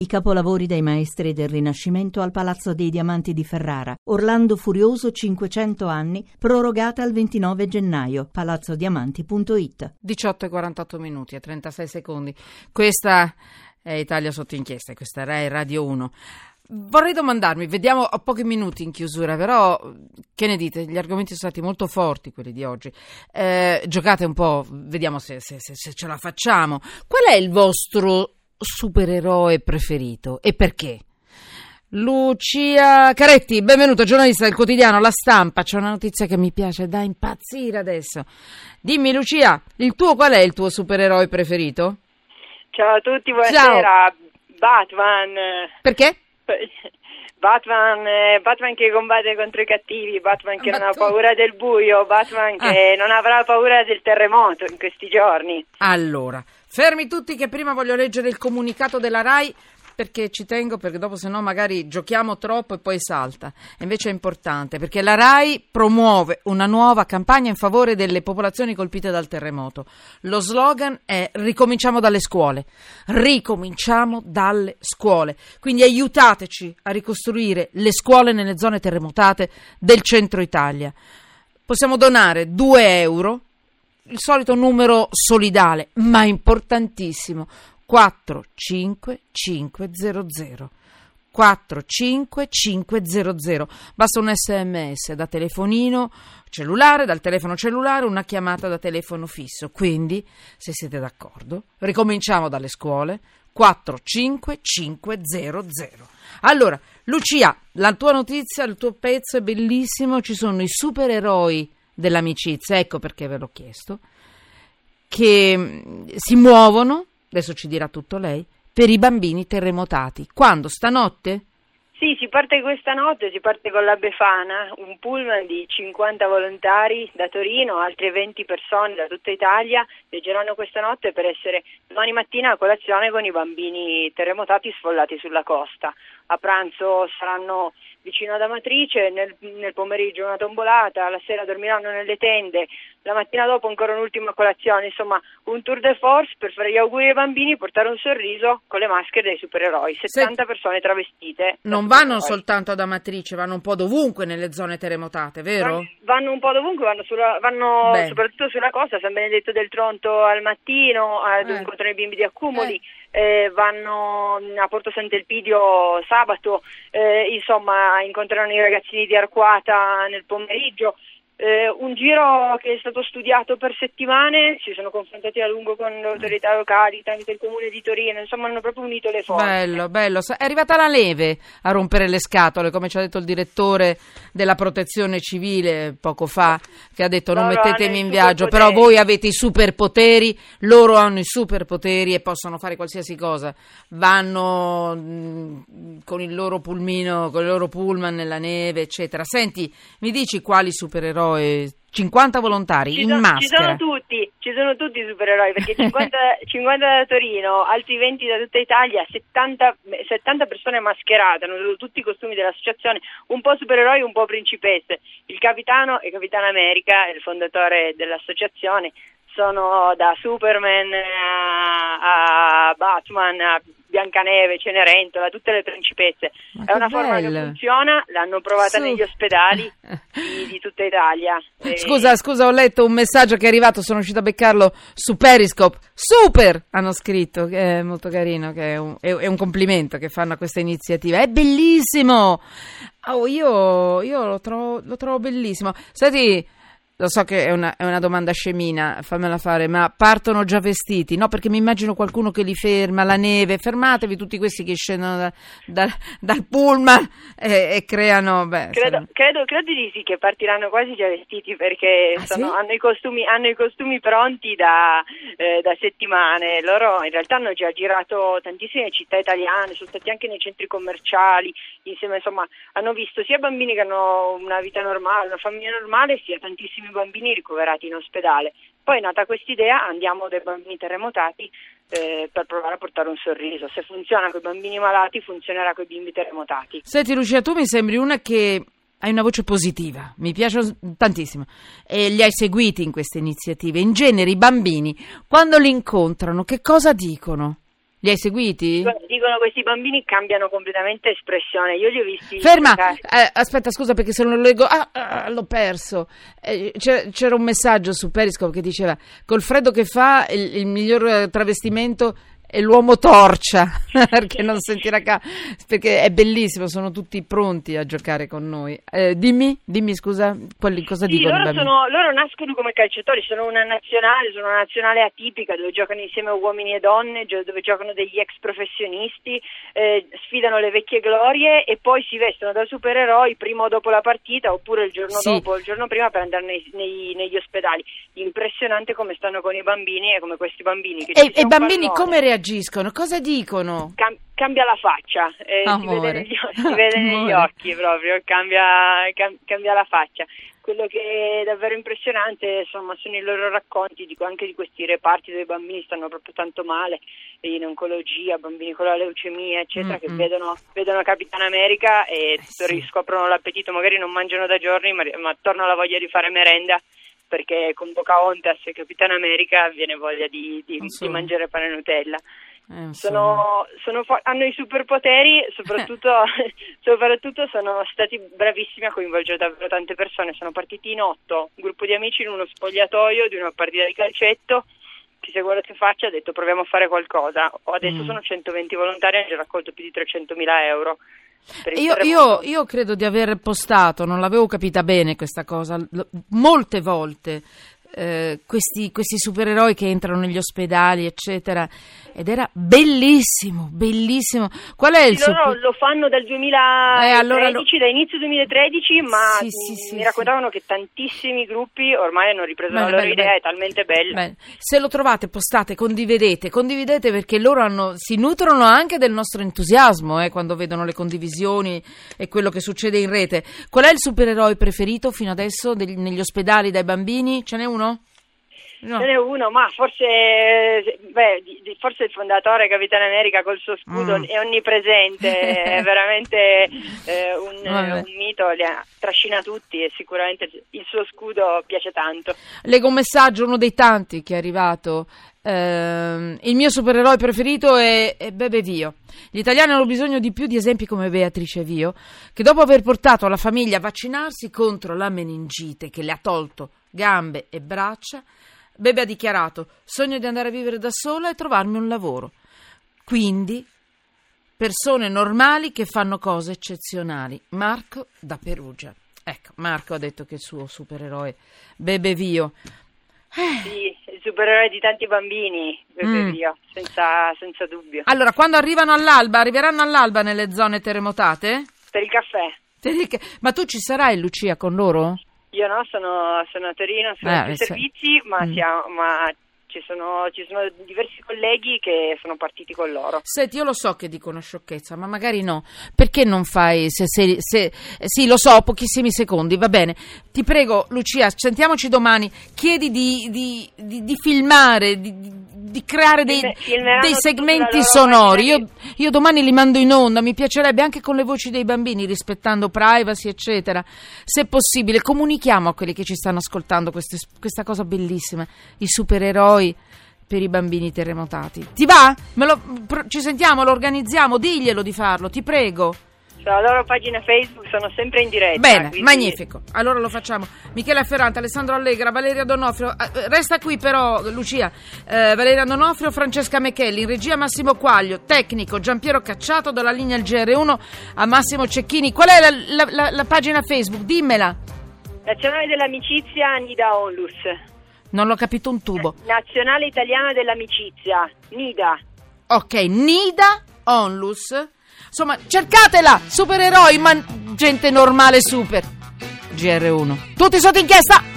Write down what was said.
I capolavori dei maestri del Rinascimento al Palazzo dei Diamanti di Ferrara. Orlando Furioso 500 anni, prorogata al 29 gennaio. palazzodiamanti.it. 18:48 e 36 secondi. Questa è Italia sotto inchiesta, questa è Radio 1. Vorrei domandarmi, vediamo a pochi minuti in chiusura, però che ne dite? Gli argomenti sono stati molto forti, quelli di oggi. Giocate un po', vediamo se ce la facciamo. Qual è il vostro supereroe preferito e perché? Lucia Caretti, benvenuta, giornalista del quotidiano La Stampa. C'è una notizia che mi piace da impazzire adesso. Dimmi Lucia, qual è il tuo supereroe preferito? Ciao a tutti, buonasera. Ciao. Batman. Perché? Batman che combatte contro i cattivi, Batman che non ha paura del buio, Batman che non avrà paura del terremoto in questi giorni. Allora, fermi tutti che prima voglio leggere il comunicato della RAI, perché ci tengo, perché dopo sennò magari giochiamo troppo e poi salta. E invece è importante, perché la RAI promuove una nuova campagna in favore delle popolazioni colpite dal terremoto. Lo slogan è ricominciamo dalle scuole. Ricominciamo dalle scuole. Quindi aiutateci a ricostruire le scuole nelle zone terremotate del centro Italia. Possiamo donare 2 euro, il solito numero solidale, ma importantissimo, 45500. 45500. Basta un SMS da telefonino cellulare, dal telefono cellulare, una chiamata da telefono fisso. Quindi, se siete d'accordo, ricominciamo dalle scuole. 45500. Allora, Lucia, la tua notizia, il tuo pezzo è bellissimo. Ci sono i supereroi dell'amicizia, ecco perché ve l'ho chiesto, che si muovono, adesso ci dirà tutto lei, per i bambini terremotati. Quando? Stanotte? Sì, si parte questa notte, si parte con la Befana, un pullman di 50 volontari da Torino, altre 20 persone da tutta Italia viaggeranno questa notte per essere domani mattina a colazione con i bambini terremotati sfollati sulla costa. A pranzo saranno vicino ad Amatrice, nel pomeriggio una tombolata, la sera dormiranno nelle tende, la mattina dopo ancora un'ultima colazione, insomma un tour de force per fare gli auguri ai bambini, portare un sorriso con le maschere dei supereroi, 70 persone travestite. Non vanno soltanto ad Amatrice, vanno un po' dovunque nelle zone terremotate, vero? Vanno un po' dovunque, vanno soprattutto sulla costa, San Benedetto del Tronto al mattino, dove incontrano i bimbi di Accumuli. Vanno a Porto Sant'Elpidio sabato, insomma incontrano i ragazzini di Arquata nel pomeriggio. Un giro che è stato studiato per settimane, si sono confrontati a lungo con le autorità locali tramite il comune di Torino, insomma hanno proprio unito le forze. Bello, è arrivata la neve a rompere le scatole, come ci ha detto il direttore della protezione civile poco fa, che ha detto non mettetemi in viaggio, però voi avete i superpoteri, loro hanno i superpoteri e possono fare qualsiasi cosa, vanno con il loro pulmino, con il loro pullman nella neve, eccetera. Senti, mi dici quali supereroi? 50 volontari in maschera. Ci sono tutti i supereroi, perché 50 da Torino, altri 20 da tutta Italia, 70 persone mascherate, hanno tutti i costumi dell'associazione, un po' supereroi, un po' principesse. Il capitano e Capitano America, il fondatore dell'associazione, sono da Superman a Batman, a Biancaneve, Cenerentola, tutte le principesse. È una forma che funziona, l'hanno provata negli ospedali di tutta Italia. Scusa, ho letto un messaggio che è arrivato, sono riuscita a beccarlo su Periscope. Super! Hanno scritto, che è molto carino, che è un complimento che fanno a questa iniziativa. È bellissimo! Io lo trovo bellissimo. Senti, lo so che è una domanda scemina, fammela fare, ma partono già vestiti? No, perché mi immagino qualcuno che li ferma, la neve, fermatevi tutti questi che scendono dal pullman e creano... Credo di sì che partiranno quasi già vestiti, perché hanno i costumi pronti da settimane. Loro in realtà hanno già girato tantissime città italiane, sono stati anche nei centri commerciali, insieme, insomma, hanno visto sia bambini che hanno una vita normale, una famiglia normale, sia tantissimi bambini ricoverati in ospedale. Poi è nata quest'idea, andiamo dai bambini terremotati per provare a portare un sorriso. Se funziona con i bambini malati, funzionerà con i bimbi terremotati. Senti Lucia, tu mi sembri una che hai una voce positiva, mi piace tantissimo, e li hai seguiti in queste iniziative. In genere i bambini, quando li incontrano, che cosa dicono? Li hai seguiti? Dicono questi bambini cambiano completamente espressione. Io li ho visti. Ferma! Aspetta, scusa, perché se non lo leggo... l'ho perso. C'era un messaggio su Periscope che diceva: col freddo che fa, il miglior travestimento è l'uomo torcia, perché non sentirà perché è bellissimo, sono tutti pronti a giocare con noi. Dimmi, scusa, cosa dicono i bambini? Loro nascono come calciatori, sono una nazionale atipica dove giocano insieme uomini e donne, dove giocano degli ex professionisti, sfidano le vecchie glorie e poi si vestono da supereroi prima o dopo la partita, oppure il giorno dopo o il giorno prima, per andare negli ospedali. Impressionante come stanno con i bambini e come questi bambini che e i bambini come reagiscono? Cosa dicono? Cambia la faccia, si vede negli occhi proprio, cambia la faccia. Quello che è davvero impressionante, insomma, sono i loro racconti, anche di questi reparti dove i bambini stanno proprio tanto male, in oncologia, bambini con la leucemia, eccetera, che vedono Capitan America e riscoprono l'appetito, magari non mangiano da giorni, ma torna la voglia di fare merenda, perché con Pocahontas e Capitan America viene voglia di mangiare pane e Nutella. Hanno i superpoteri, soprattutto sono stati bravissimi a coinvolgere davvero tante persone. Sono partiti in 8, un gruppo di amici in uno spogliatoio di una partita di calcetto. Chi si è guardato in faccia ha detto: proviamo a fare qualcosa. Adesso sono 120 volontari e hanno raccolto più di 300.000 euro. Io credo di aver postato, non l'avevo capita bene questa cosa, molte volte questi supereroi che entrano negli ospedali, eccetera, ed era bellissimo. Qual è il loro lo fanno dal 2013, da inizio 2013, ma mi raccontavano che tantissimi gruppi ormai hanno ripreso la loro idea, è talmente bella. Se lo trovate, postate, condividete perché loro si nutrono anche del nostro entusiasmo quando vedono le condivisioni e quello che succede in rete. Qual è il supereroe preferito fino adesso negli ospedali dai bambini? Ce n'è uno? No. Ce n'è uno, ma forse il fondatore Capitan America col suo scudo è onnipresente, è veramente un mito, li trascina tutti e sicuramente il suo scudo piace tanto. Leggo un messaggio, uno dei tanti che è arrivato. Il mio supereroe preferito è Bebe Vio. Gli italiani hanno bisogno di più di esempi come Beatrice Vio, che dopo aver portato la famiglia a vaccinarsi contro la meningite che le ha tolto gambe e braccia, Bebe ha dichiarato: sogno di andare a vivere da sola e trovarmi un lavoro. Quindi persone normali che fanno cose eccezionali. Marco da Perugia. Ecco, Marco ha detto che il suo supereroe Bebe Vio. Sì, il supereroe di tanti bambini, Bebe Vio, senza dubbio. Allora, quando arriveranno all'alba nelle zone terremotate? Per il caffè. Ma tu ci sarai, Lucia, con loro? Io no, sono a Torino, sono sui servizi, ma ci sono diversi colleghi che sono partiti con loro. Senti, io lo so che dicono sciocchezza, ma magari no. Perché non fai, sì, lo so, pochissimi secondi, va bene. Ti prego, Lucia, sentiamoci domani. Chiedi di filmare, di creare dei segmenti sonori. Io domani li mando in onda, mi piacerebbe anche con le voci dei bambini, rispettando privacy, eccetera. Se possibile, comunichiamo a quelli che ci stanno ascoltando questa cosa bellissima, i supereroi per i bambini terremotati. Ti va? Ci sentiamo, lo organizziamo, diglielo di farlo, ti prego. Sulla loro pagina Facebook sono sempre in diretta. Bene, quindi... magnifico. Allora lo facciamo. Michela Ferrante, Alessandro Allegra, Valeria Donofrio. Resta qui però, Lucia. Valeria Donofrio, Francesca Mechelli, in regia Massimo Quaglio, tecnico Giampiero Cacciato, dalla linea il GR1 a Massimo Cecchini. Qual è la pagina Facebook? Dimmela. Nazionale dell'Amicizia Nida Onlus. Non l'ho capito un tubo. Nazionale Italiana dell'Amicizia, NIDA. Ok, NIDA Onlus. Insomma, cercatela, supereroi, ma gente normale super. GR1. Tutti sotto inchiesta!